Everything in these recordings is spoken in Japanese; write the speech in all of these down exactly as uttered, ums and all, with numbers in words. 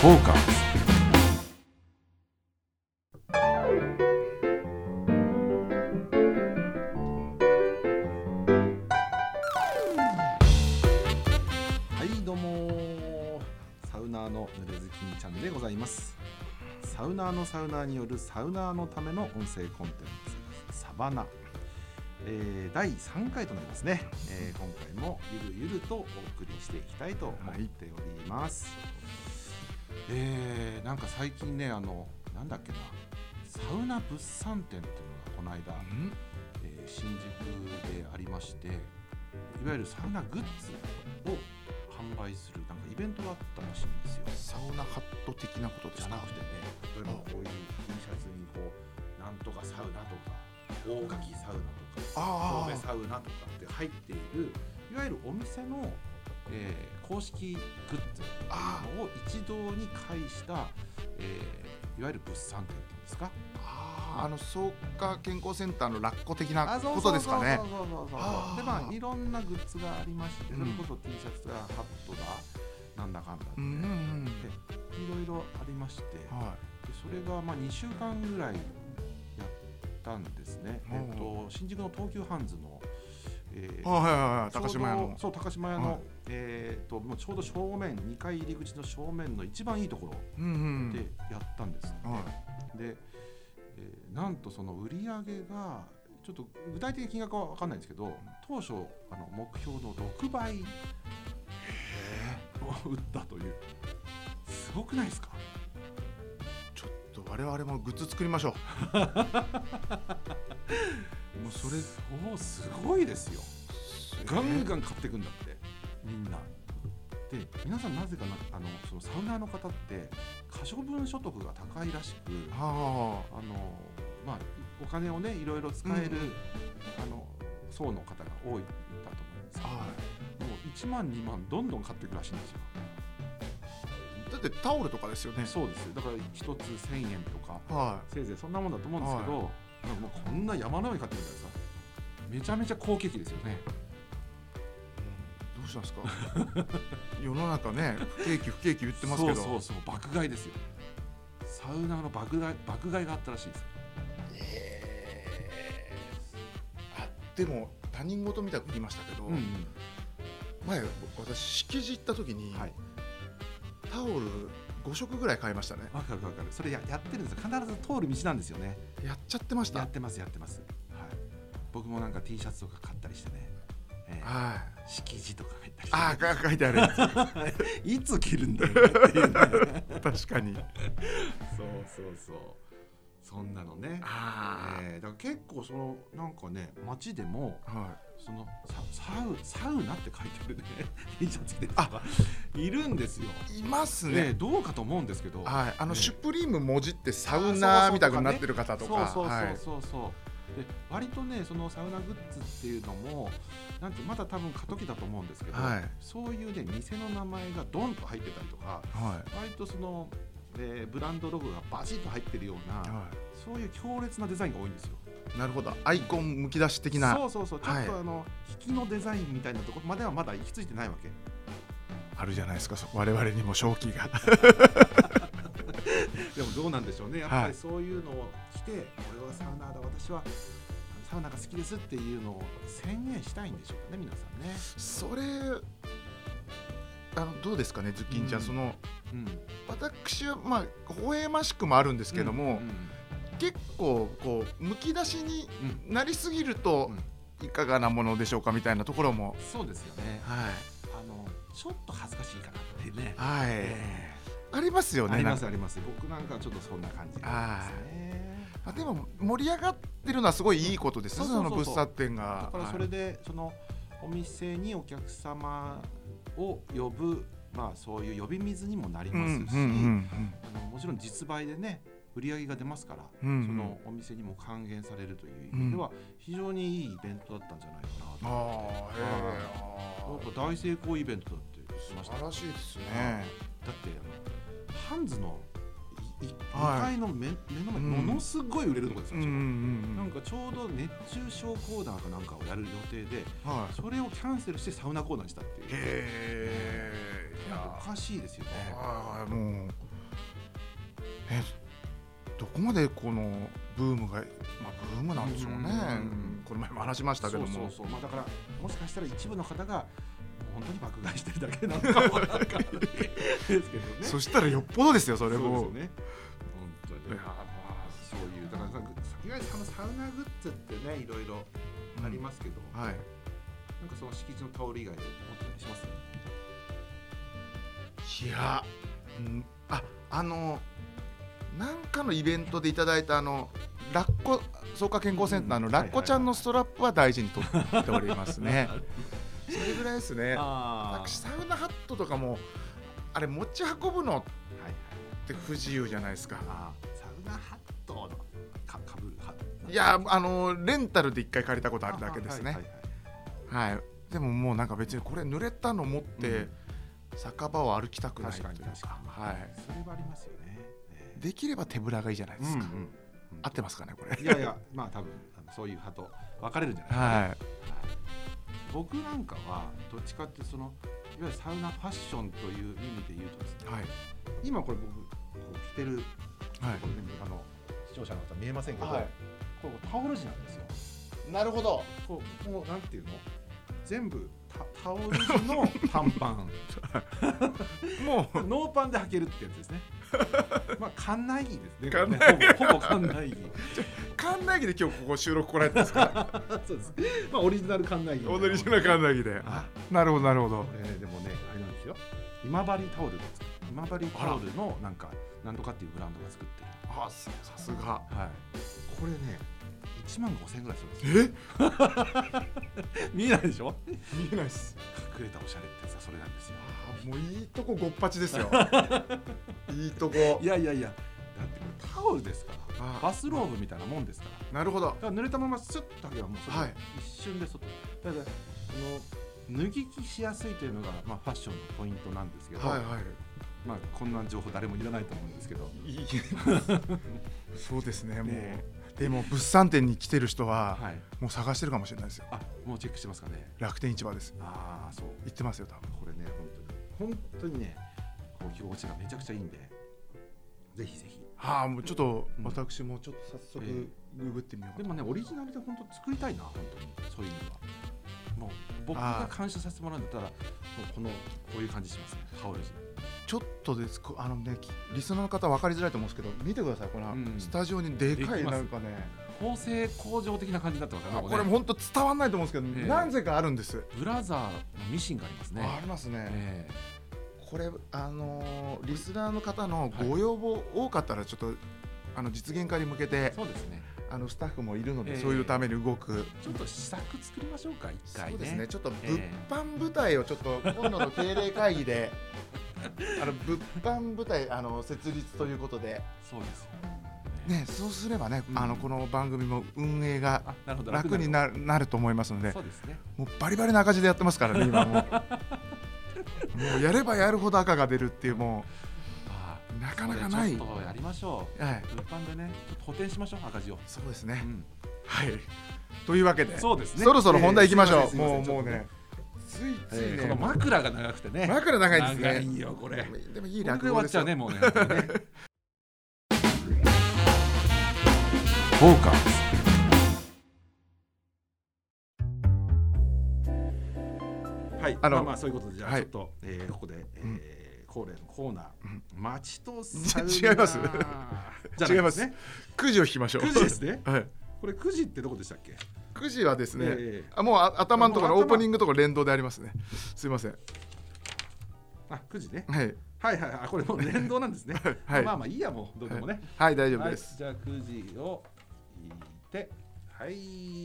フォーカス。はいどうも、サウナーのぬれずきんちゃんでございます。サウナーのサウナーによるサウナーのための音声コンテンツサバナ、えー、だいさんかいとなりますね、えー、今回もゆるゆるとお送りしていきたいと思っております、はい。えー、なんか最近ね、あのなんだっけな、サウナ物産展っていうのがこの間、えー、新宿でありまして、いわゆるサウナグッズを販売するなんかイベントがあったらしいんですよ。 サウナハット的なことですか？ じゃなくてね、例えばこういう T シャツにこうなんとかサウナとか大垣サウナとか神戸サウナとかって入っているいわゆるお店の、えー、公式グッズを一堂に会した、えー、いわゆる物産展っていうんですか。 あ, あの草加健康センターのラッコ的なことですかね。 そうそうそうそうそう。でまあいろんなグッズがありまして、それこそ T シャツだハットだなんだかんだって、うんうん、でいろいろありまして、はい、でそれがまあにしゅうかんぐらいやったんですね。えっと新宿の東急ハンズの、えーはいはいはい、高島屋のそう高島屋の、はい、えー、ともうちょうど正面にかい入り口の正面の一番いいところでやったんですね、うんうん、で、えー、なんとその売り上げがちょっと具体的な金額は分かんないんですけど、当初あの目標のろくばいを売ったという。すごくないですか？ ちょっと我々もグッズ作りましょう。 もうそれそうすごいですよ。ガンガン買っていくんだってみんな。で皆さんなぜかな、あのそのサウナーの方って可処分所得が高いらしく、はあ、あのまあお金をねいろいろ使える、うん、あの層の方が多いんだと思います。はい、もういちまんにまんどんどん買っていくらしいんですよ。 だってタオルとかですよね。 そうですよ。だからひとつせんえんとか、はい、せいぜいそんなもんだと思うんですけど、はい、なんかもうこんな山のように買ってくるからさ、めちゃめちゃ好景気ですよね。 どうしたんですか？世の中ね、不景気不景気言ってますけど、 そうそうそう、爆買いですよ。サウナーの爆買い爆買いがあったらしいです。 えー、あでも他人事みたく言いましたけど、うんうん、前私敷地行った時に、はい、タオルごしょくぐらい買いましたね。 わかるわかる。それ や, やってるんですよ。必ず通る道なんですよね。 やっちゃってました。 やってますやってます、はい、僕もなんか T シャツとか買ったりしてね、えーはい、敷地とか入ったりして、ね、 ああ書いてあるいつ着るんだよっていう、ね、 確かに。 そうそうそう、そんなのね。あ、えー、だから結構そのなんかね街でも、はい、その サ, サ, ウサウナって書いてあるねT シャツ着てる人がいるんですよ。 いますね。 ね、どうかと思うんですけど、 はい、あの、ね、シュプリーム文字ってサウナーみたいになってる方とか、 そうそうそうそうそう、はい、で割とねそのサウナグッズっていうのもなんてまだ多分過渡期だと思うんですけど、はい、そういうね店の名前がドンと入ってたりとか、はい、割とその、えー、ブランドロゴがバチッと入ってるような、はい、そういう強烈なデザインが多いんですよ。 なるほど、アイコンむき出し的な。 そうそうそう、ちょっとあの、はい、引きのデザインみたいなところまではまだ行き着いてないわけ。 あるじゃないですか、我々にも正気が。 でもどうなんでしょうね、やっぱりそういうのを着て、はい、俺はサウナーだ、私はサウナが好きですっていうのを宣言したいんでしょうかね、皆さんね。 それあのどうですかね、ズッキンちゃん、うん、その、うん、私はまあ微笑ましくもあるんですけども、うんうん、結構こうむき出しになりすぎるといかがなものでしょうかみたいなところも、 うん、そうですよね、はい、あのちょっと恥ずかしいかなっていうね、 はい、えー、ありますよね。 ありますあります。僕なんかはちょっとそんな感じですね。 あ、でも盛り上がってるのはすごいいいことですね、その物産展が。 だからそれで、はい、そのお店にお客様を呼ぶ、まあ、そういう呼び水にもなりますし、うんうんうんうん、あのもちろん実売でね売り上げが出ますから、うんうん、そのお店にも還元されるという意味では非常にいいイベントだったんじゃないかなと思って、あ、へー、大成功イベントだって言ってました。 素晴らしいですね。 だってあのハンズのにかいの 目, 目の前、ものすごい売れるところですよ、うん、なんかちょうど熱中症コーナーかなんかをやる予定で、はい、それをキャンセルしてサウナコーナーにしたっていう。へー、おかしいですよね。 あ、もうえどこまでこのブームが、まあ、ブームなんでしょうね、うん、この前も話しましたけども、 そうそうそう、まあ、だからもしかしたら一部の方が本当に爆買いしてるだけなのかもわからないですけどね。 そしたらよっぽどですよそれも。 そうですよね、本当に。いや、まあ、そういうだからさ、いわゆるそのサウナグッズってね、いろいろありますけど、うん、はい、なんかその敷地のタオル以外で持ってたりします？ いや、うん、あ、あのなんかのイベントでいただいたあのラッコ草加健康センターのラッコちゃんのストラップは大事に取っておりますね。それぐらいですね。私サウナハットとかもあれ持ち運ぶのって不自由じゃないですか。 あ、サウナハットのかかぶるハット。 いや、あのレンタルで一回借りたことあるだけですね。はい、はい、でももうなんか別にこれ濡れたの持って、うん、酒場を歩きたくないというか、はい、 それはありますよね。 できれば手ぶらがいいじゃないですか、うんうんうん、合ってますかねこれ。 いやいや、まあ多分そういう派と分かれるんじゃないですかね、はいはい、僕なんかはどっちかってそのいわゆるサウナファッションという意味で言うとですね、はい、今これ僕こう着てる、はい、これ、ね、あの視聴者の方見えませんけど、はい、これタオル地なんですよ。 なるほど。 こうもうなんていうの、全部タオル地の短パンもうノーパンで履けるってやつですね。まあ館内着ですね。館内着、ほぼ館内着。 館内着で今日ここ収録来られてますか？ そうです。まあオリジナル館内着。 オリジナル館内着で。あ、なるほどなるほど。 えー、でもねあれなんですよ。今治タオルが作る。今治タオルのなんかなんとかっていうブランドが作ってる。 あ、さすが。はい。 これねいちまんごせんえんぐらいするんですよ。え？見えないでしょ？ 見えないです。 隠れたおしゃれってさ、それなんですよ。 あ、もういいとこごっぱちですよ。いいとこ。 いやいやいや、だってタオルですから、バスローブみたいなもんですから。 なるほど。 だから濡れたままスッと履けばもうそれ、はい、一瞬で外。だからあの脱ぎ着しやすいというのが、まあ、ファッションのポイントなんですけど、はいはい、まあ、こんな情報誰もいらないと思うんですけど。いいそうですね。もうでも物産展に来てる人は、はい、もう探してるかもしれないですよ。 あ、もうチェックしてますかね。 楽天市場です。 ああ、そう。 言ってますよ多分。 これね、本当に本当にね、こう着心地がめちゃくちゃいいんで、ぜひぜひ。 はあ、もうちょっと、うん、私もちょっと早速ググってみようか、 えー、でもね、オリジナルで本当作りたいな、本当にそういうのは。もう僕が監修させてもらうんだったら、もうこのこういう感じしますね。タオル地。 ちょっとです、あのね、リスナーの方分かりづらいと思うんですけど、見てください、このスタジオにでかいなんかね、 構成工場的な感じになってますね。 これも本当伝わらないと思うんですけど、えー、なぜかあるんです。 ブラザーのミシンがありますね。 ありますね。えー、これあのー、リスナーの方のご要望、はい、多かったらちょっとあの実現化に向けて、そうですね。あのスタッフもいるので、えー、そういうために動く。 ちょっと試作作りましょうか、一回ね。 そうですね。ちょっと物販部隊をちょっと今度の定例会議で。あの物販部隊あの設立ということで、そうですよね。そうすればね、うん、あのこの番組も運営が楽に な, なると思いますので、そうですね、もうバリバリの赤字でやってますからね今もうもうやればやるほど赤が出るっていう、もうなかなかない。 ちょっとやりましょう。はい、物販でね、ちょっと補填しましょう、赤字を。 そうですね。うん、はい。というわけで、そうですね、そろそろ本題いきましょう。えー、もうもうね。ついついね、えー、 この枕が長くてね。 枕長いですね。 長いよこれ。 でもいい落語ですよね、もうね。フォーカス。はい。あのまあまあそういうことで、じゃあちょっと、はい、えー、ここで、えー、恒例のコーナー、うん、町とサウナ。 違います。違います。くじを引きましょう。 くじですね。はい。これくじってどこでしたっけ？ くじはですね、えー、あもうあ頭のところのオープニングところ連動でありますね。すいません。 あ、くじね。はい。はいはいはい。これもう連動なんですね。はい。まあまあいいや、もうどうでもね。 はい、はい、大丈夫です。 はい、じゃあくじを引いて、はい。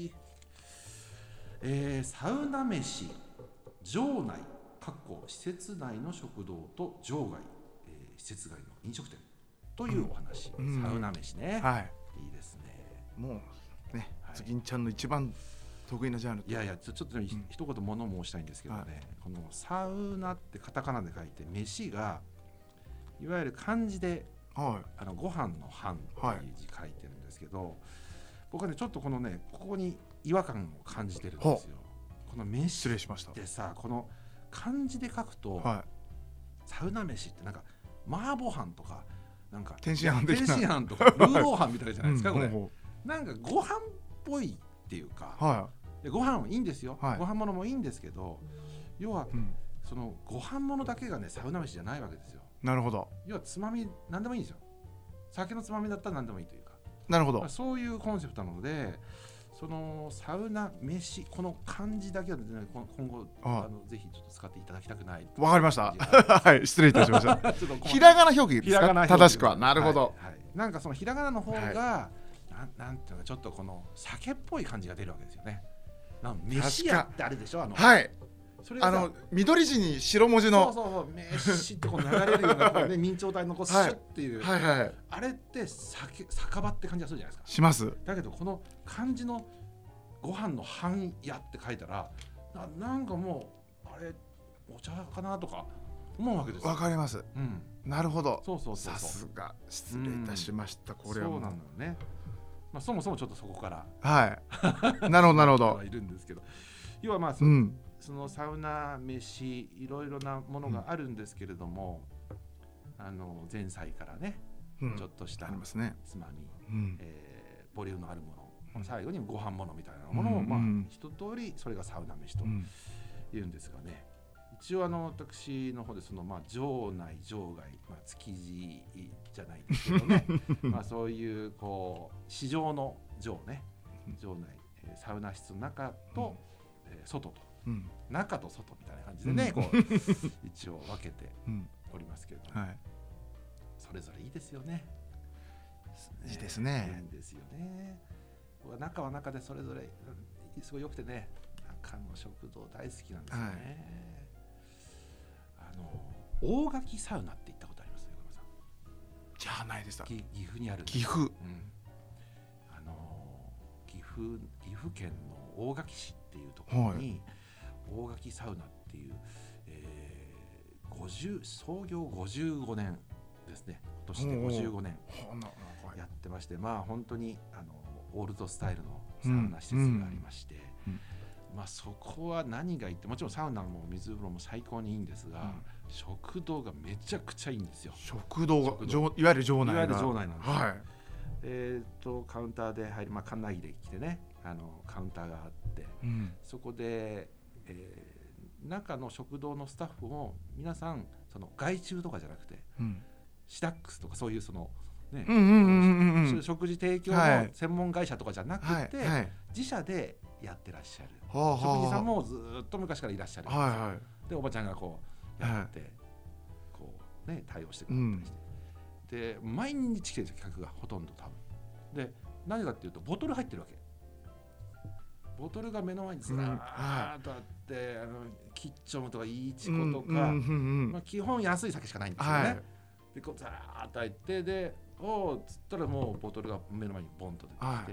えー、サウナ飯場内（施設内の食堂と場外、えー、施設外の飲食店）というお話。うん、サウナ飯ね。はい。いいですね。 もう。ね、ズキンちゃんの一番得意なジャンル。 いやいや、ちょっと、ね、うん、一言物申したいんですけどね、はい、このサウナってカタカナで書いて、飯がいわゆる漢字で、はい、あのご飯の飯っていう字書いてるんですけど、はい、僕はねちょっとこのねここに違和感を感じてるんですよ。この飯ってさ、この漢字で書くと、はい、サウナ飯ってなんか麻婆飯とかなんか天津飯的な天津飯とかルーロー飯みたいじゃないですか、 うん、 これほうほなんかご飯っぽいっていうか、 うはでご飯もいいんですよ、 はい、 ご飯ものもいいんですけど、要は、 うん、 そのご飯ものだけがねサウナ飯じゃないわけですよ。 なるほど。 要はつまみ何でもいいんですよ。酒のつまみだったら何でもいいというか、 なるほど、 そういうコンセプトなので、そのサウナ飯この漢字だけは、ね、今後ああのぜひちょっと使っていただきたくない。 わかりましたはい失礼いたしましたひらがな表記ですか、正しくは。なるほど、 はいはい、なんかそのひらがなの方が、はい、な, なんていうかちょっとこの酒っぽい感じが出るわけですよね。なん飯屋ってあれでしょ、あの、 はい、それあの緑地に白文字のそうそうそう飯ってこう流れるようなこう、ね、明朝体のこうシュッっていう、 はいはいはい、 あれって酒酒場って感じがするじゃないですか。 します。 だけどこの漢字のご飯の飯屋って書いたら な, なんかもうあれお茶かなとか思うわけですよ。 わかります、うん、なるほど。 そうそうそうそう、 さすが失礼いたしました、うん、これはそうなのよね。まあ、そもそもちょっとそこからはいなるほどなるほどいるんですけど、要はまあ そ,、うん、そのサウナ飯いろいろなものがあるんですけれども、うん、あの前菜からね、うん、ちょっとしたつまみ、うん、えー、ボリュームのあるもの、最後にご飯ものみたいなものを、うん、まあ、一通りそれがサウナ飯というんですがね、一応あの私の方でそのまあ場内場外、まあ、築地じゃないですけどねまあそういうこう市場の場ね、場内、えー、サウナ室の中と、うん、えー、外と、うん、中と外みたいな感じでね、うん、こう一応分けておりますけれども、はい、それぞれいいですよね。 いいですね。 いいですよね。中は中でそれぞれすごい良くてね、中の食堂大好きなんですよね。はい、あの大垣サウナって行ったことあります？横山さん。 じゃあないです。 岐阜にある。 岐阜。うん、 あの岐阜岐阜県の大垣市っていうところに、はい、大垣サウナっていう、えー、ごじゅう創業ごじゅうごねんですね。今年でごじゅうごねんやってまして、まあ本当にあのオールドスタイルのサウナ施設がありまして、うんうんうん、まあ、そこは何がいいって、もちろんサウナも水風呂も最高にいいんですが、うん、食堂がめちゃくちゃいいんですよ。 食堂がいわゆる場内がいわゆる場内なんですよ、 はい、 えー、とカウンターで入り、まあ、館内で来てね、あのカウンターがあって、うん、そこで、えー、中の食堂のスタッフも皆さんその外注とかじゃなくて、うん、シダックスとかそういうそのね、食事提供の専門会社とかじゃなくて、はいはい、自社でやってらっしゃる、はあ、職人さんもずっと昔からいらっしゃるんですよ、はいはい、でおばちゃんがこうやって、はい、こうね対応してくれたりして、うん、で毎日来てる客がほとんど多分で、何かっていうとボトル入ってるわけ。ボトルが目の前にずらーっとあって、うん、あのキッチョムとかイチコとか、うんうんうん、まあ、基本安い酒しかないんですよね、はい、でこうザーッと入ってでおーっつったらもうボトルが目の前にボンと出てきて、はい、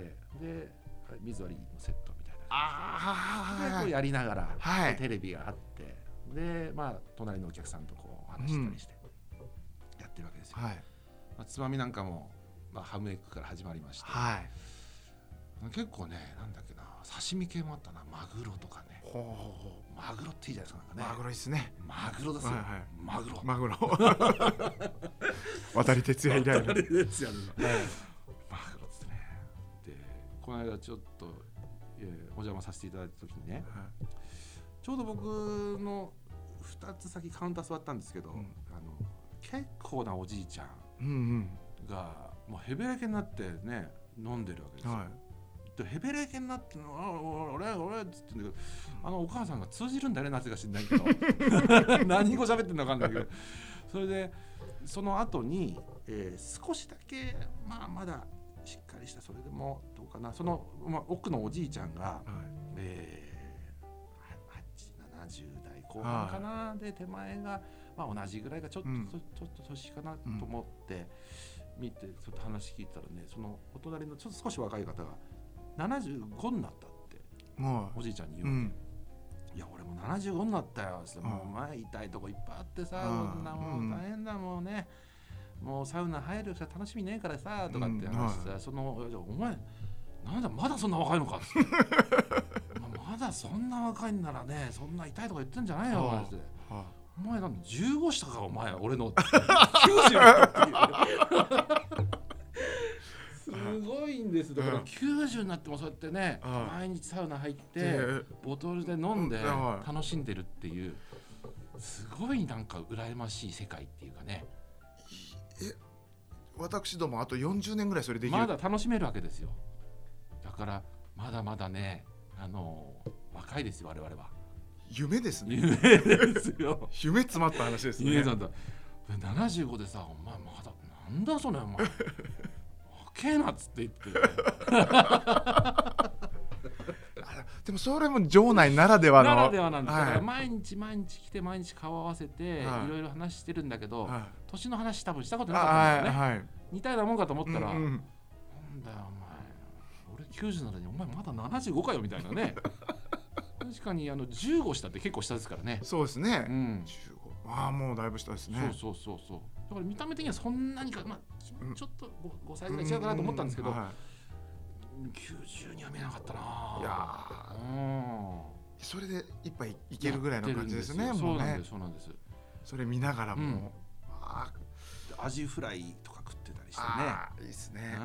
で水割りのセットみたいな感じで、でこうやりながら、はい、テレビがあってで、まあ、隣のお客さんとこう話したりしてやってるわけですよ、はい、まあ、つまみなんかも、まあ、ハムエッグから始まりまして、はい、結構ね、なんだっけな、刺身系もあったな、マグロとかね。ほうほうほう、マグロっていいじゃないですか、なんかね。 マグロいいですね。 マグロですよ、はいはい、マグロマグロ渡哲也以来の渡哲也です、はい、マグロですね。でこの間ちょっと、えー、お邪魔させていただいた時にね、はい、ちょうど僕のふたつ先カウンター座ったんですけど、うん、あの結構なおじいちゃんが、うんうん、もうヘベレケになってね飲んでるわけですよ、はい、でヘベレケになってのあ俺俺っつってんだけど、あのお母さんが通じるんだよね、なぜか知んないけど何語喋ってんのか分かんないけど、それでその後に、えー、少しだけ、まあ、まだしっかりした、それでもどうかな、その、まあ、奥のおじいちゃんが、はい、えー、はちじゅう、ななじゅう代後半かな、はい、で手前が、まあ、同じぐらいがちょっと、うん、ちょっと年かなと思って見て、ちょっと話聞いたらね、そのお隣のちょっと少し若い方がななじゅうごになったっておじいちゃんに言うわけ、うん、いや俺もななじゅうごになったよって、もう前痛いとこいっぱいあってさ、こんなもう大変だもんね、もうサウナ入るさ楽しみねえからさとかって話して、うん、そのお前なんだまだそんな若いのかってまだそんな若いんならね、そんな痛いとか言ってんじゃないよって、 お前なんじゅうごしたかお前俺のきゅうじゅうだったっていうすごいんです。だからきゅうじゅうになってもそうやってね、うん、毎日サウナ入ってボトルで飲んで楽しんでるっていうすごいなんか羨ましい世界っていうかね。 え私どもあとよんじゅうねんぐらいそれできる。 まだ楽しめるわけですよ。だからまだまだね、あの若いですよ我々は。 夢ですね。 夢ですよ。 夢詰まった話ですね。 夢なんだ。ななじゅうごでさ、お前まだなんだそれお前。若えなっつって言って。 でもそれも場内ならではの。 ならではなんです。だから毎日毎日来て毎日顔合わせて、はい、いろいろ話してるんだけど、はい、年の話多分したことなかったんだよね。はいはい、似たようなもんかと思ったら、うんうん、なんだよお前、俺きゅうじゅうなのにお前まだななじゅうごかよみたいなね。確かにあのじゅうごしたって結構下ですからね。 そうですね。うん、じゅうご、ああもうだいぶ下ですね。 そうそうそうそう。だから見た目的にはそんなにか、まあ、ちょっと 5, ごさいぐらい違うかなと思ったんですけど、うんうんうん、はい、きゅうじゅうには見えなかったな。いや、うん、 それで一杯いけるぐらいの感じですね。 そうなんです、そうなんです。 それ見ながらも、うん、 あアジフライとか食ってたりしてね。 あいいですね。うん、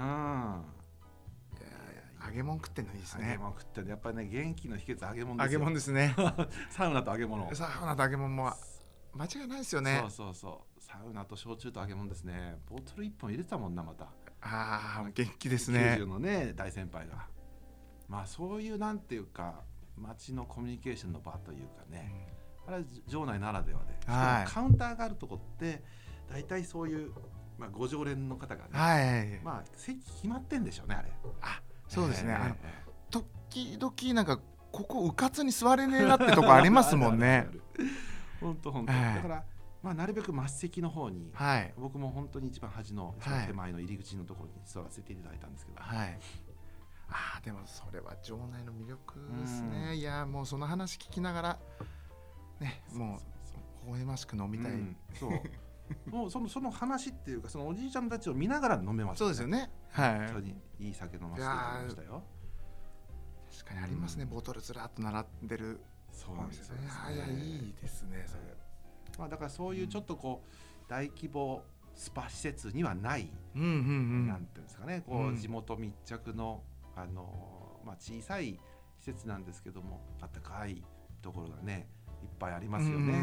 揚げ物食ってんのいいですね。 揚げ物食ってんのやっぱりね、元気の秘訣揚げ物ですよ。 揚げ物ですね。 サウナと揚げ物。 サウナと揚げ物も間違いないですよね。 そうそうそう。サウナと焼酎と揚げ物ですね。ボトルいっぽん入れてたもんなまた。 ああ元気ですね。 きゅうじゅうのね大先輩が。まあそういうなんていうか街のコミュニケーションの場というかね。うん、あれは場内ならではで。はい、カウンターがあるとこって大体そういう、まあ、ご常連の方がね。はい、まあ席決まってんでしょうねあれ。 あそうですね。えー、あの時々なんかここうかつに座れねえなってとこありますもんね。 本当本当。だからまあなるべく末席の方に、はい、僕も本当に一番端の一番手前の入り口のところに座らせていただいたんですけど。はい。 ああでもそれは場内の魅力ですね。いやもうその話聞きながらねもう微笑ましく飲みたい。うん、そう。 もうそのその話っていうかそのおじいちゃんたちを見ながら飲めます、 ね。そうですよね。はい。 本当にいい酒飲ませていただきましたよ。 確かにありますね。うん、ボトルずらっと並んでる。 そうなんですね。 いやいいですねそれ。 まあだからそういうちょっとこう大規模スパ施設にはない、 うんうんうん、 なんていうんですかね、こう地元密着のあのまあ小さい施設なんですけども、暖かいところがねいっぱいありますよね。うん、うん、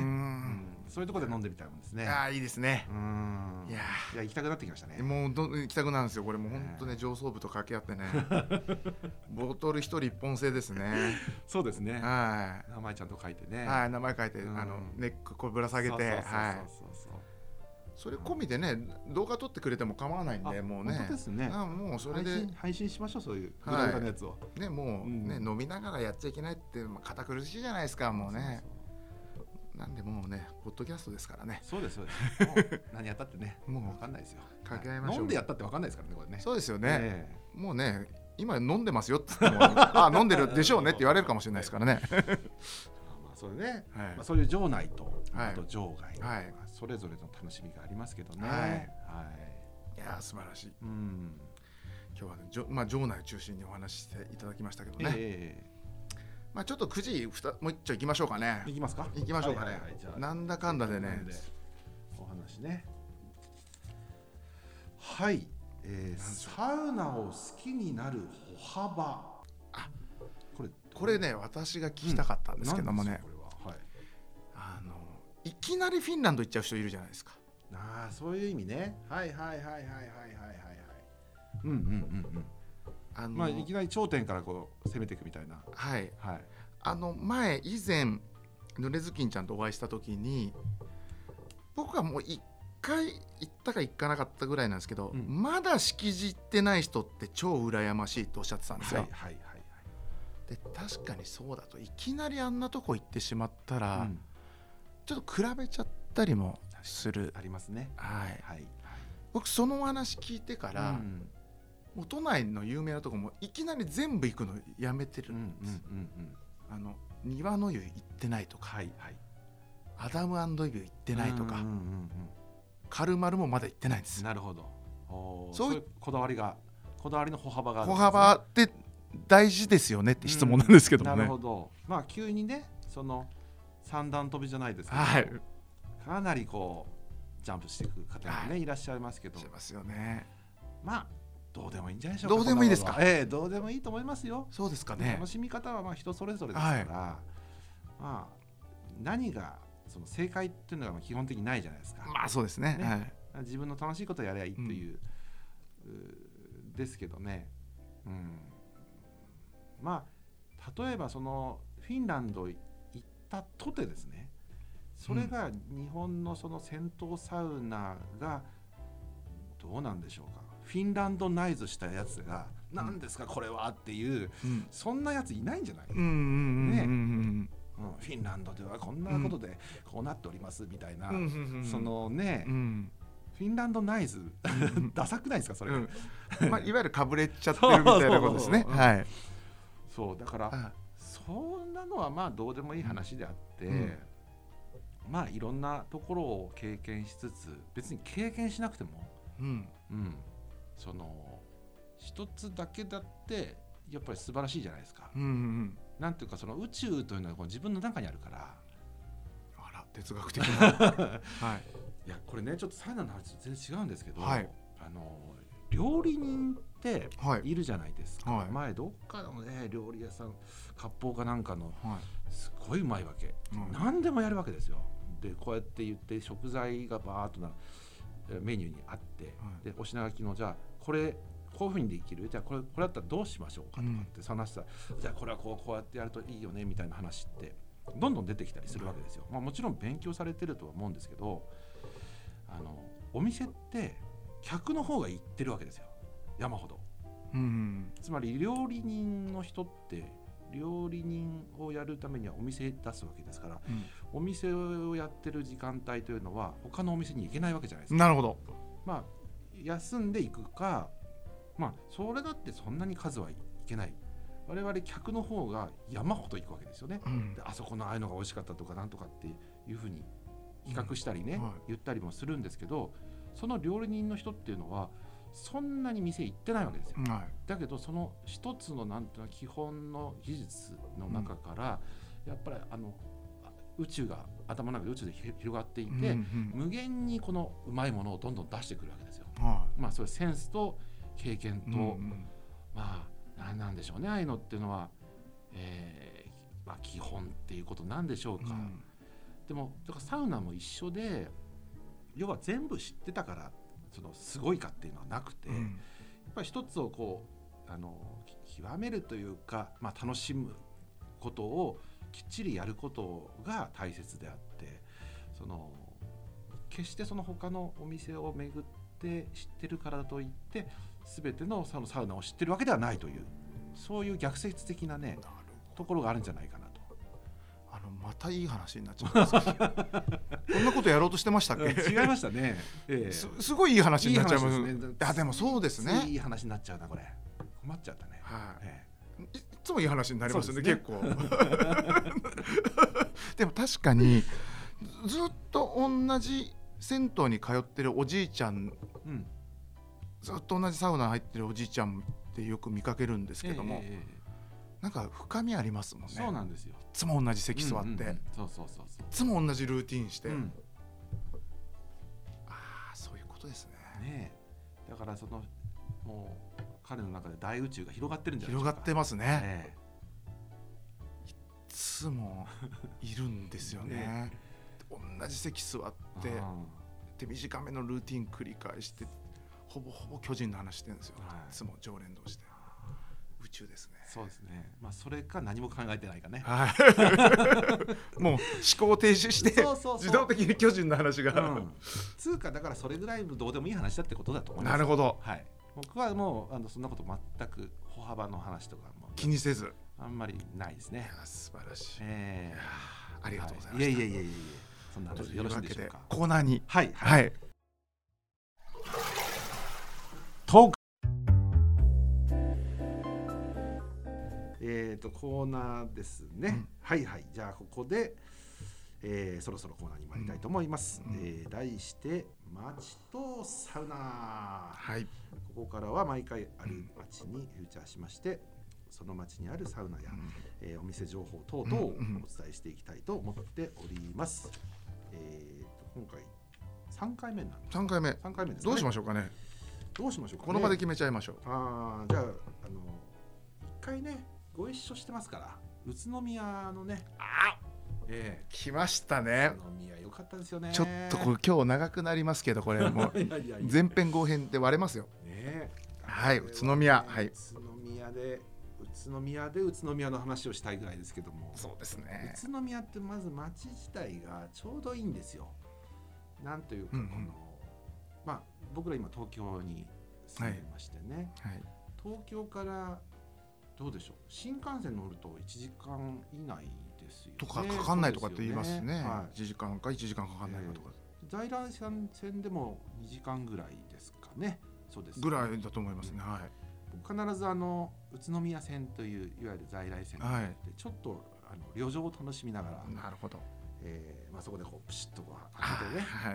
そういうところで飲んでみたいもんですね。 ああいいですね。 うん。いやいや行きたくなってきましたね。 もうど行きたくなるんですよ。これもう本当ね上層部と掛け合ってね。ボトル一人一本製ですね。 そうですね。 はい。 名前ちゃんと書いてね。 はい名前書いて、うん、あのネックこうぶら下げて、はい。そうそうそう。それ込みでね動画撮ってくれても構わないんで、もうね。 本当ですね。 あもうそれで配信、配信しましょうそういうグラグラのやつを。 ねもうね、うん、飲みながらやっちゃいけないって堅苦しいじゃないですかもうね。そうそうそうなんでもうねポッドキャストですからね。 そうですそうです。もう何やったってねもう分かんないですよ。 掛け合いましょう。 飲んでやったって分かんないですからねこれね。 そうですよね。えー、もうね今飲んでますよって言ってもあ飲んでるでしょうねって言われるかもしれないですからね。まあそれね、はいまあ、そういう場内と、はい、あと場外、はい、それぞれの楽しみがありますけどね。はい。はい、 いや素晴らしい。うん。今日はねじょまあ場内を中心にお話ししていただきましたけどね。えーまあ、ちょっとくじふたもう一丁行きましょうかね。 行きますか。 行きましょうかね。はいはいはい、じゃあなんだかんだでね。 お話ね。はい、えー、サウナを好きになる歩幅。 あ、これこれね私が聞きたかったんですけどもね。うん、これは、はい、あのいきなりフィンランド行っちゃう人いるじゃないですか。 ああそういう意味ね。はいはいはいはいはいはいはいはい。うんうんうんうん。あのまあ、いきなり頂点からこう攻めていくみたいな。 はい、はい、あの前以前ぬれずきんちゃんとお会いした時に僕はもういっかい行ったか行かなかったぐらいなんですけど、うん、まだしきじってない人って超羨ましいとおっしゃってたんですよ。はいはいはいはい、で確かにそうだといきなりあんなとこ行ってしまったら、うん、ちょっと比べちゃったりもする。 ありますね。 はい、はい、僕そのお話聞いてから、うんもう都内の有名なとこもいきなり全部行くのやめてるんです。うんうんうんうん、あの庭の湯行ってないとか、はいはい、アダム&イブ行ってないとか、うんうんうんうん、カルマルもまだ行ってないんです。 なるほど。そういうこだわりがこだわりの歩幅があるんですね。歩幅って大事ですよねって質問なんですけどもね。 うん、なるほど。まあ急にねその三段跳びじゃないですけど、 はい、 かなりこうジャンプしていく方もね、はい、いらっしゃいますけど、 しますよね。 まあどうでもいいんじゃないでしょうか。 どうでもいいですか。 ええ、どうでもいいと思いますよ。 そうですかね。 楽しみ方はまあ人それぞれですから、はい、まあ何がその正解っていうのが基本的にないじゃないですか。 まあそうですね。ね、 はい、自分の楽しいことをやればいいという、うん、うですけどね。うん、まあ例えばそのフィンランド行ったとてですね、それが日本のその銭湯サウナがどうなんでしょうか。フィンランドナイズしたやつが何ですかこれはっていう、うん、そんなやついないんじゃない、 うんうんうんね、うん、フィンランドではこんなことでこうなっておりますみたいな、うん、そのね、うん、フィンランドナイズ、うん、ダサくないですかそれ、うんまあ、いわゆるかぶれちゃってるみたいなことですね。はい、 そうだからそんなのはまあどうでもいい話であって、うん、まあいろんなところを経験しつつ、別に経験しなくても、うんうん、その一つだけだってやっぱり素晴らしいじゃないですか、うんうん、なんていうかその宇宙というのはこう自分の中にあるから。 あら哲学的な、はい、 いやこれねちょっとサウナの話全然違うんですけど、はい、あの料理人っているじゃないですか、はい、前どっかのね料理屋さん割烹かなんかの、はい、すごいうまいわけ、うん、何でもやるわけですよ。でこうやって言って食材がバーっとなメニューにあって、はい、でお品書きのじゃあこれこういう風にできる、じゃあこれこれだったらどうしましょうかとかって話したら、うん、じゃあこれはこうこうやってやるといいよねみたいな話ってどんどん出てきたりするわけですよ、まあ、もちろん勉強されてるとは思うんですけど、あのお店って客の方が言ってるわけですよ山ほど、うん、つまり料理人の人って料理人をやるためにはお店出すわけですから、うん、お店をやってる時間帯というのは他のお店に行けないわけじゃないですか。 なるほど。 まあ休んでいくか、まあそれだってそんなに数はいけない。我々客の方が山ほど行くわけですよね、うん、であそこのああいうのが美味しかったとかなんとかっていうふうに比較したりね、うんはい、言ったりもするんですけど、その料理人の人っていうのはそんなに店行ってないわけですよ、はい、だけどその一つのなんていうの基本の技術の中から、うん、やっぱりあの宇宙が頭の中で宇宙で広がっていて、うんうん、無限にこのうまいものをどんどん出してくるわけですよ、はい、まあそれセンスと経験と、うんうん、まあ何なんでしょうね、ああいうのっていうのは、えーまあ、基本っていうことなんでしょうか、うん、でもだからサウナも一緒で、要は全部知ってたからそのすごいかっていうのはなくて、うん、やっぱり一つをこうあの極めるというか、まあ、楽しむことをきっちりやることが大切であって、その決してその他のお店を巡って知ってるからといって全てのサウナを知ってるわけではないという、そういう逆説的なねところがあるんじゃないかなと。 あのまたいい話になっちゃったんですけどこんなことやろうとしてましたっけ違いましたね、ええ、 す, すごいいい話になっちゃいますね。あでもそうですね、 いい話になっちゃうな、これ困っちゃったね、はい、ええ、いつもいい話になりますよね、結構でも確かにずっと同じ銭湯に通ってるおじいちゃん、うん、ずっと同じサウナ入ってるおじいちゃんってよく見かけるんですけども、ええ、なんか深みありますもんね。 そうなんですよ。 いつも同じ席座って、うんうんうん、そうそうそうそう、いつも同じルーティンして、うん、ああそういうことですね。 ねえ、だからそのもう彼の中で大宇宙が広がってるんじゃないですか。 広がってますね、ええ、いつもいるんですよねね、同じ席座ってで短めのルーティン繰り返してほぼほぼ巨人の話してるんですよ、はい、いつも常連同士で。宇宙ですね。 そうですね、まあ、それか何も考えてないかね、 はい、もう思考停止してそうそうそう自動的に巨人の話が、うん、 つうかだからそれぐらいどうでもいい話だってことだと思います。 なるほど、 はい、僕はもうあのそんなこと全く歩幅の話とかも気にせずあんまりないですね。 素晴らしい、 えー、ありがとうございました、 はい、いやいやいやいやそんな話よろしいでしょうか。 コーナーにはい、 はいはい、 トークえーとコーナーですね、うん、はいはい、じゃあここで、えー、そろそろコーナーに参りたいと思います、うん、えー、題して街とサウナ、はい、ここからは毎回ある街にフューチャーしまして、うん、その街にあるサウナや、うん、えー、お店情報等々をお伝えしていきたいと思っております、うん、えーと今回さんかいめになる。 さんかいめ。 さんかいめですかね。 どうしましょうかね。 どうしましょうかね。 この場で決めちゃいましょう。 ああ、じゃああの一回ねご一緒してますから、宇都宮のね。 あ、ええ、来ましたね。 宇都宮良かったですよね。 ちょっとこれ今日長くなりますけど、これもう前編後編で割れますよ。 ね、 はい、宇都宮、はい。 宇都宮で宇都宮で宇都宮の話をしたいぐらいですけども。 そうですね。 宇都宮ってまず街自体がちょうどいいんですよ。なんというかこの、うんうん、まあ僕ら今東京に住んでましてね。はいはい、東京からどうでしょう。新幹線乗るといちじかん以内ですよね。 とかかかんないとかって言いますね。はい、いちじかんかいちじかんかかんないかとか。 えー、在来線でもにじかんぐらいですかね。そうです、ね。 ぐらいだと思いますね。はい。 必ずあの宇都宮線といういわゆる在来線で、はい、ちょっとあの旅情を楽しみながら。 なるほど。 えーまあ、そこでこうプシッとこう開けてね、はい、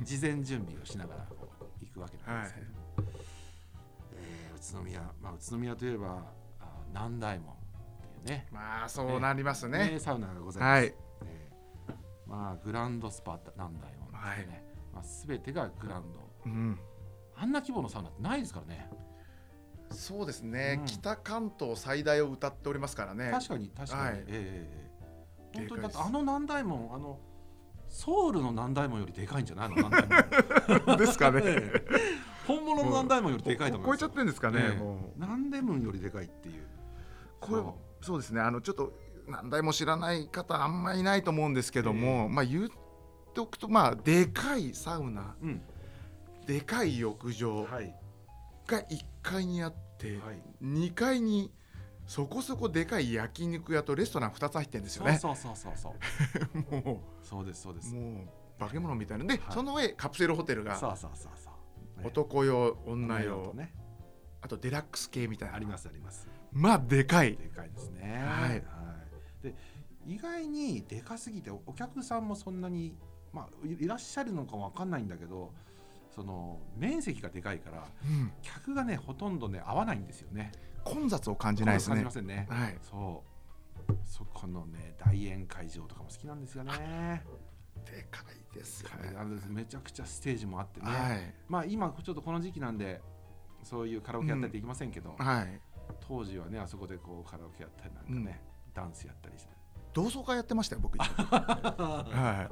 事前準備をしながらこう行くわけなんですけど、はい、えー、宇都宮、まあ、宇都宮といえばあ南大門っていうね、 まあそうなりますね、 えー、サウナがございます、はい、えーまあ、グランドスパ南大門ですね、はい、まあ、全てがグランド、うん、あんな規模のサウナってないですからね。 そうですね、うん、北関東最大を歌っておりますからね。 確かに確かに、はい、えー本当にだってあの南大門、あのソウルの南大門よりでかいんじゃないの南大門ですかね。 本物の南大門よりでかいと思います。 超えちゃってるんですかね。ね、 もう南大門よりでかいっていう。 これそうですね。あのちょっと南大門知らない方あんまりいないと思うんですけども、えー、まあ言っておくと、まあでかいサウナ、うん、でかい浴場がいっかいにあって、はい、にかいにそこそこでかい焼肉屋とレストランふたつ入ってるんですよね。 そうそうそうそうそうもうそうですそうです。 もう化け物みたいなで、はい、その上カプセルホテルがそうそうそうそう、ね、 男用女用、ね、あとデラックス系みたいなありますあります。 まあでかいでかいですね。はい、はい、で意外にでかすぎてお客さんもそんなに、まあ、いらっしゃるのかわかんないんだけど、その面積がでかいから、うん、客がねほとんどね合わないんですよね。 混雑を感じないですね。 感じませんね。はい、そうそこのね大宴会場とかも好きなんですよね。 でかいですよね。 めちゃくちゃステージもあってね、はい、まあ今ちょっとこの時期なんでそういうカラオケやったりできませんけど、うん、はい、当時はねあそこでこうカラオケやったりなんかね、うん、ダンスやったりして同窓会やってましたよ僕。はい、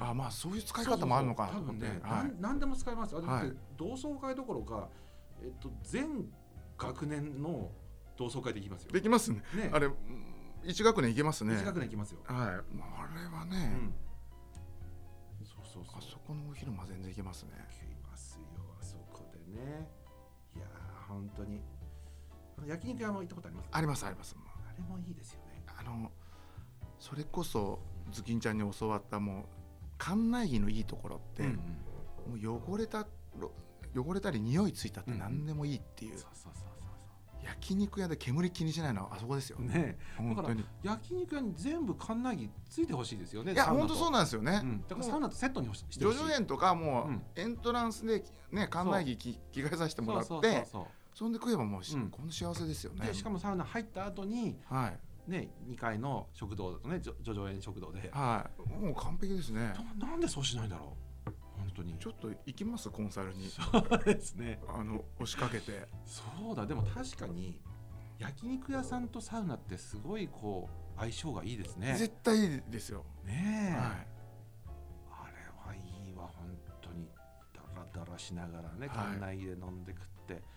あまあそういう使い方もあるのかなと思って。 多分ね、はい、何でも使えます。あ、はい、同窓会どころか、えっと、全学年の同窓会できますよ。 できますね。ね、あれいち学年いけますね。 いち学年いきますよ。 はい。あれはね、うん、 そうそうそう。 あそこのお昼間全然いけますね。 いけますよあそこでね。いやー本当に焼肉屋も行ったことありますか？ ありますあります。 あれもいいですよね。 あのそれこそズキンちゃんに教わったもう館内着のいいところって、うんうん、もう汚れた汚れたり匂いついたって何でもいいっていう。焼肉屋で煙気にしないのはあそこですよね。 本当に焼肉屋に全部館内着ついてほしいですよね。 いや本当そうなんですよね、 うん、だからサウナとセットにしてほしい。 叙々苑とかもう、うん、エントランスでね館内着着替えさせてもらってそんで食えばもう、うん、この幸せですよね。 でしかもサウナ入った後に、はいね、にかいの食堂だとね叙々苑食堂で、 はい、もう完璧ですね。 な, なんでそうしないんだろう。 ちょっと行きますコンサルに。 そうですね。 あの押しかけて。 そうだでも確かに焼肉屋さんとサウナってすごいこう相性がいいですね。 絶対いいですよ。 ねえ、はい、あれはいいわ本当にダラダラしながらね館内で飲んで食って、はい、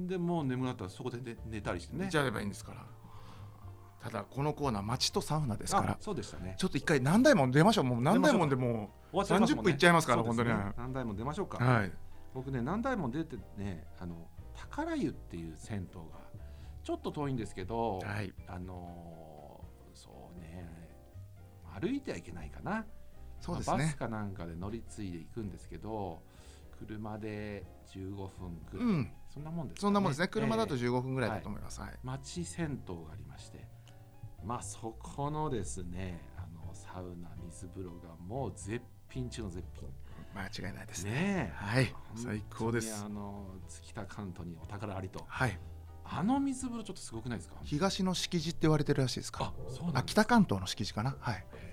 でもう眠くなったらそこで 寝, 寝たりしてね。 寝ちゃえばいいんですから。ただこのコーナー街とサウナですから。 そうでしたね。 ちょっと一回何台も出ましょう。もう何台もでもうさんじゅっぷんいっちゃいますから、ね、本当に。 何台も出ましょうか。 はい、 僕ね何台も出てね、あの宝湯っていう銭湯がちょっと遠いんですけど、はい、あのー、そうね歩いてはいけないかな。そうですね、まあ、バスかなんかで乗り継いでいくんですけど車でじゅうごふんぐらい、うん、そんなもんですかね。 そんなもんですね。車だとじゅうごふんぐらいだと思います、えーはい、 町銭湯がありまして、まあそこのですねあのサウナ水風呂がもう絶品中の絶品。 間違いないですね。 ねはい最高です。 あの北関東にお宝ありと。 はい。 あの水風呂ちょっとすごくないですか？ 東の敷地って言われてるらしいですか？ あ、そうなんです。 あ、北関東の敷地かな。はい。 えー、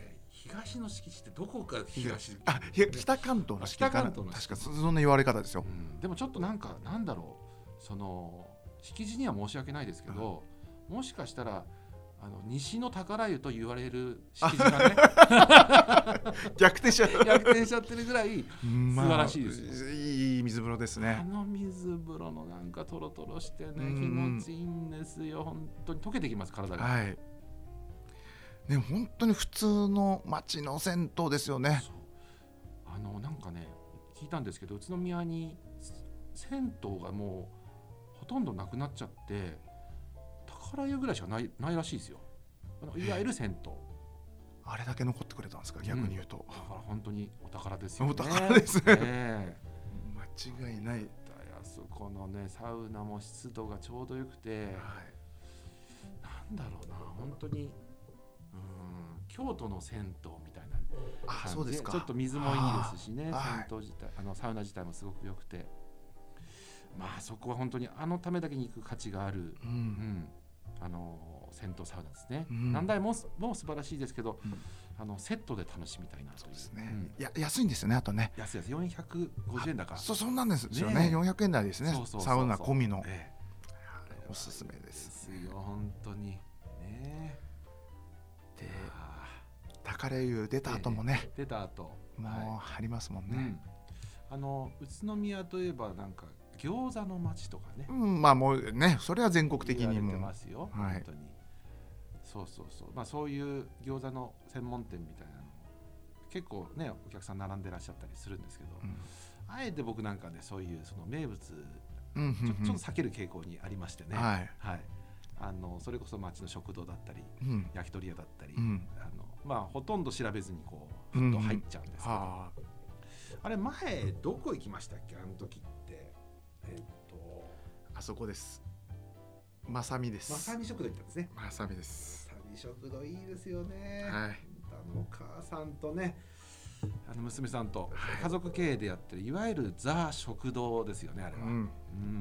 東の敷地ってどこか東、 あいや北関東の敷地かな、確かそんな言われ方ですよ、 うん、でもちょっとなんかなんだろう、その敷地には申し訳ないですけど、うん、もしかしたらあの西の宝湯と言われる敷地がね逆転しちゃう逆転しちゃってるぐらい素晴らしいですよ、 まあ、いい水風呂ですね。 あの水風呂のなんかトロトロしてね、気持ちいいんですよ。本当に溶けてきます体が。はい。 ね、本当に普通の町の銭湯ですよね。 そうあのなんかね聞いたんですけど、宇都宮に銭湯がもうほとんどなくなっちゃって。宝湯ぐらいしかない、ないらしいですよ。あのいわゆる銭湯。 あれだけ残ってくれたんですか、逆に言うと。 うん、だから本当にお宝ですよね。 お宝ですね。 ね間違いない。 あそこのねサウナも湿度がちょうどよくて、はい、なんだろうな本当に、うん、京都の銭湯みたいな感じで、 あ、そうですか。 ちょっと水もいいですしね、銭湯自体、あのサウナ自体もすごく良くて、まあそこは本当にあのためだけに行く価値がある。うんうんあの銭湯サウナですね、うん、何台もも素晴らしいですけど、うん、あのセットで楽しみたいなという。そうですね、 うん、や安いんですよね。あとね安いです。よんひゃくごじゅうえんだから。 そうそんなんですよね。よんひゃくえん台ですね。そうそうそうそう、サウナ込みの、ええ、おすすめですですよ本当にね。 で宝湯出た後もね、 出た後もう張りますもんね、 うん、あの宇都宮といえばなんか餃子の街とかね、 うん、まあもうねそれは全国的にも言われてますよ、はい、本当にそうそうそう、まあ、そういう餃子の専門店みたいなのも結構ねお客さん並んでらっしゃったりするんですけど、うん、あえて僕なんかねそういうその名物、うんうんうん、ちょ、ちょっと避ける傾向にありましてね、はいはい、あのそれこそ町の食堂だったり、うん、焼き鳥屋だったり、うん、あのまあ、ほとんど調べずにこうふっと入っちゃうんですけど、うんうん、あ, あれ前どこ行きましたっけあの時って。えー、っとあそこです。まさみです。 まさみ食堂行ったんですね。 まさみです。 まさみ食堂いいですよね。はい。 あのお母さんとね、あの娘さんと家族経営でやってるいわゆるザ食堂ですよねあれは。うん。うん、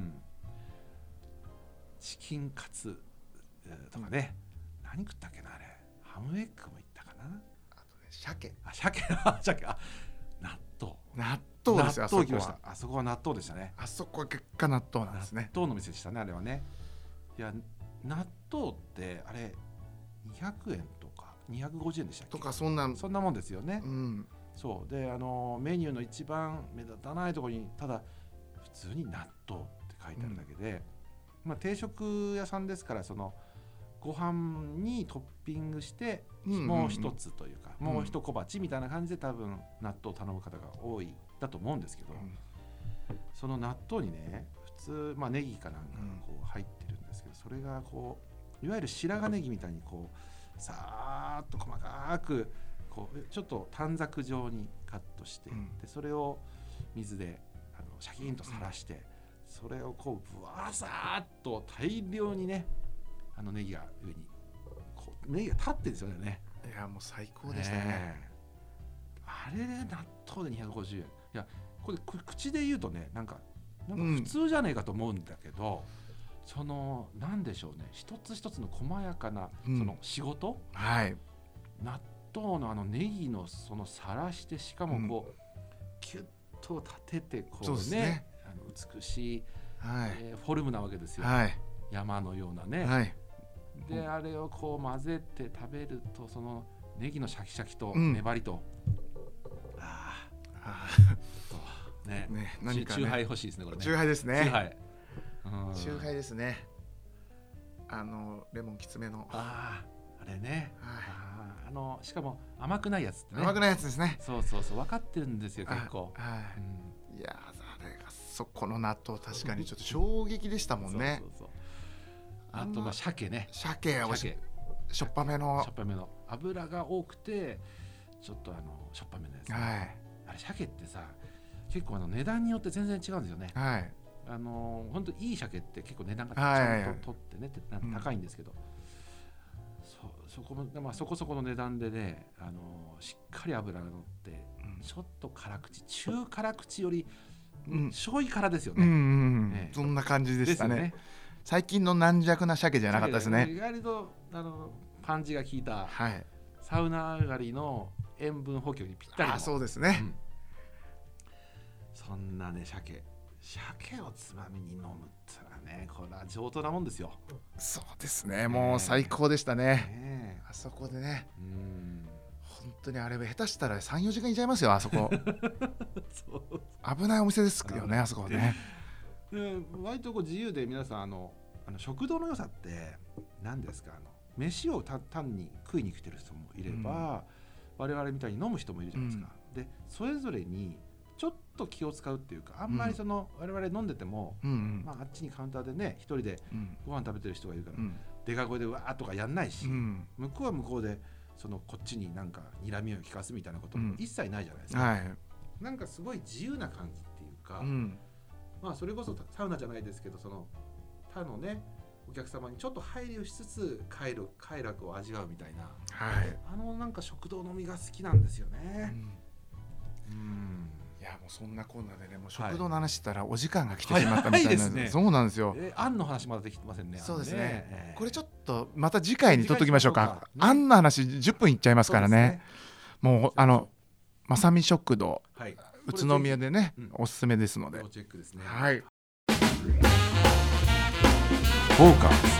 チキンカツとかね、うん、何食ったっけなあれ。ハムエッグも行ったかな。 あとね鮭。 あ鮭鮭あ納豆。 納豆ですよ。 納豆行きました。あそこは納豆でしたね。 あそこは結果納豆なんですね。 納豆の店でしたねあれはね。いや納豆ってあれにひゃくえんとかにひゃくごじゅうえんでしたっけとかそんなそんなもんですよね。うん、そうであのメニューの一番目立たないところにただ普通に納豆って書いてあるだけで、うんまあ、定食屋さんですからそのご飯にトッピングしてもう一つというか、うんうんうん、もう一小鉢みたいな感じで多分納豆を頼む方が多いだと思うんですけど、うん、その納豆にね普通、まあ、ネギかなんかがこう入ってるんですけど、それがこういわゆる白髪ネギみたいにこうさーっと細かくこうちょっと短冊状にカットして、うん、でそれを水であのシャキーンとさらして、うん、それをこうぶわさーっと大量にねあのネギが上にこうネギが立ってるんですよね。 いやもう最高でしたね、ねあれで納豆でにひゃくごじゅうえん。いやこれ口で言うとねなんかなんか普通じゃねえかと思うんだけど、うん、そのなんでしょうね一つ一つの細やかなその仕事、うん、はい納豆のあのネギのそのさらしてしかもこう、うん、キュッと立ててこう ね, うねあの美しい、はいえー、フォルムなわけですよ、はい、山のようなね、はい、であれをこう混ぜて食べるとそのネギのシャキシャキと粘りと、うんああねね何かねチューハイ欲しいですねこれね。 チューハイですね。 チューハイ、 うん、チューハイですね。あのレモンきつめの。 あああれね。はい、ああのしかも甘くないやつってね。 甘くないやつですね。 そうそうそう分かってるんですよ結構。 はい、うん。いやあれがそこの納豆確かにちょっと衝撃でしたもんね。そうそうそうあとまあ鮭ね。 鮭おいしい。しょっぱめの。 しょっぱめの油が多くてちょっとあのしょっぱめのやつ、ね。はい。あれ鮭ってさ。結構あの値段によって全然違うんですよね。はい。あの本当いい鮭って結構値段がちゃんと取ってね、はいはいはい、高いんですけど、うん、そ, そこもまあそこそこの値段でね、あのしっかり脂が乗って、うん、ちょっと辛口中辛口より、うん、ちょい辛ですよね。うんうんうんね、そんな感じでしたね。ね最近の軟弱な鮭じゃなかったですね。 意外とあのパンチが効いた、はい、サウナ上がりの塩分補給にぴったりの。 あそうですね、うん、 そんなね鮭鮭をつまみに飲むってのはね、これは上等なもんですよ。 そうですね、もう最高でしたね、ねあそこでね、うん本当にあれ下手したら さん,よ 時間いちゃいますよあそこそう危ないお店ですよねあそこね。 で割とこう自由で皆さんあのあの食堂の良さって何ですか、あの飯をた単に食いに来てる人もいれば、うん、我々みたいに飲む人もいるじゃないですか、うん、でそれぞれにちょっと気を使うっていうか、あんまりその、うん、我々飲んでても、うんうんまあ、あっちにカウンターでね一人でご飯食べてる人がいるから、うん、でか声でわーとかやんないし、うん、向こうは向こうでそのこっちになんか睨みを利かすみたいなことも一切ないじゃないですか、うんはい、なんかすごい自由な感じっていうか、うん、まあそれこそサウナじゃないですけど、その他のねお客様にちょっと配慮しつつ快楽、快楽を味わうみたいな、はい、あのなんか食堂飲みが好きなんですよね、 うん、うんいやもうそんなこんなでね、もう食堂の話したらお時間が来てしまったみたいな、はいですね、そうなんですよ、 えー、あんの話まだできてませんね。 そうですね、 ねえー、これちょっとまた次回に取っときましょうか、ね、あんの話じゅっぷんいっちゃいますから ね, ねもうあのまさみ食堂、はい、宇都宮でね、うん、おすすめですのでチェックですね。 はい、フォーカス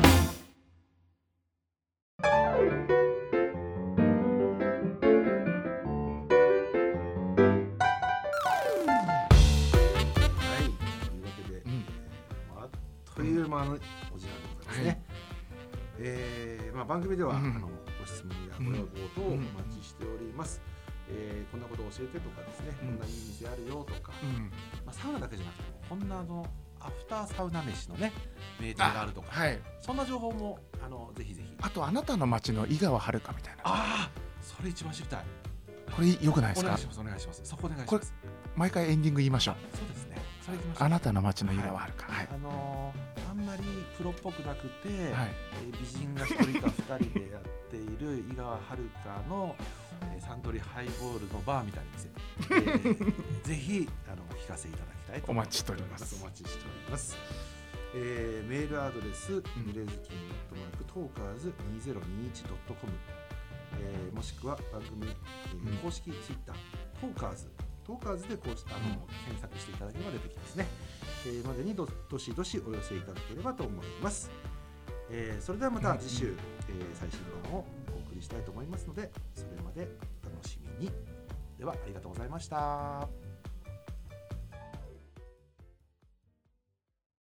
というまあお時間でございますね、はいえーまあ、番組では、うん、あのご質問やご要望等をお待ちしております、うんえー、こんなことを教えてとかですね、うん、こんないい店あるよとか、うんまあ、サウナだけじゃなくてこんなあのアフターサウナ飯のね名店があるとか、はい、そんな情報もあのぜひぜひ。 あとあなたの街の井川遥みたいな、 ああそれ一番知りたい。 これ良くないですか。 お願いしますお願いします。そこお願いします。 毎回エンディング言いましょう。 そうですね、それ行きましょう。 あなたの街の井川遥、はいあのー、あんまりプロっぽくなくて、はいえー、美人が一人か二人でやっている井川遥の、えー、サントリーハイボールのバーみたいな店、えー、ぜひあの聞かせていただきたいと思います。 お待ちしております。 お待ちしております。えー、メールアドレス、うん、ぬれずきん アットマーク トーカーズにせんにじゅういち ドットコム、えー、もしくは番組、えー、公式ツイッター、トーカーズトーカーズでこうあの、うん、検索していただければ出てきますね、えー、までに ど, どしどしお寄せいただければと思います、えー、それではまた次週、うんえー、最新版をお送りしたいと思いますので、それまでお楽しみに。ではありがとうございました。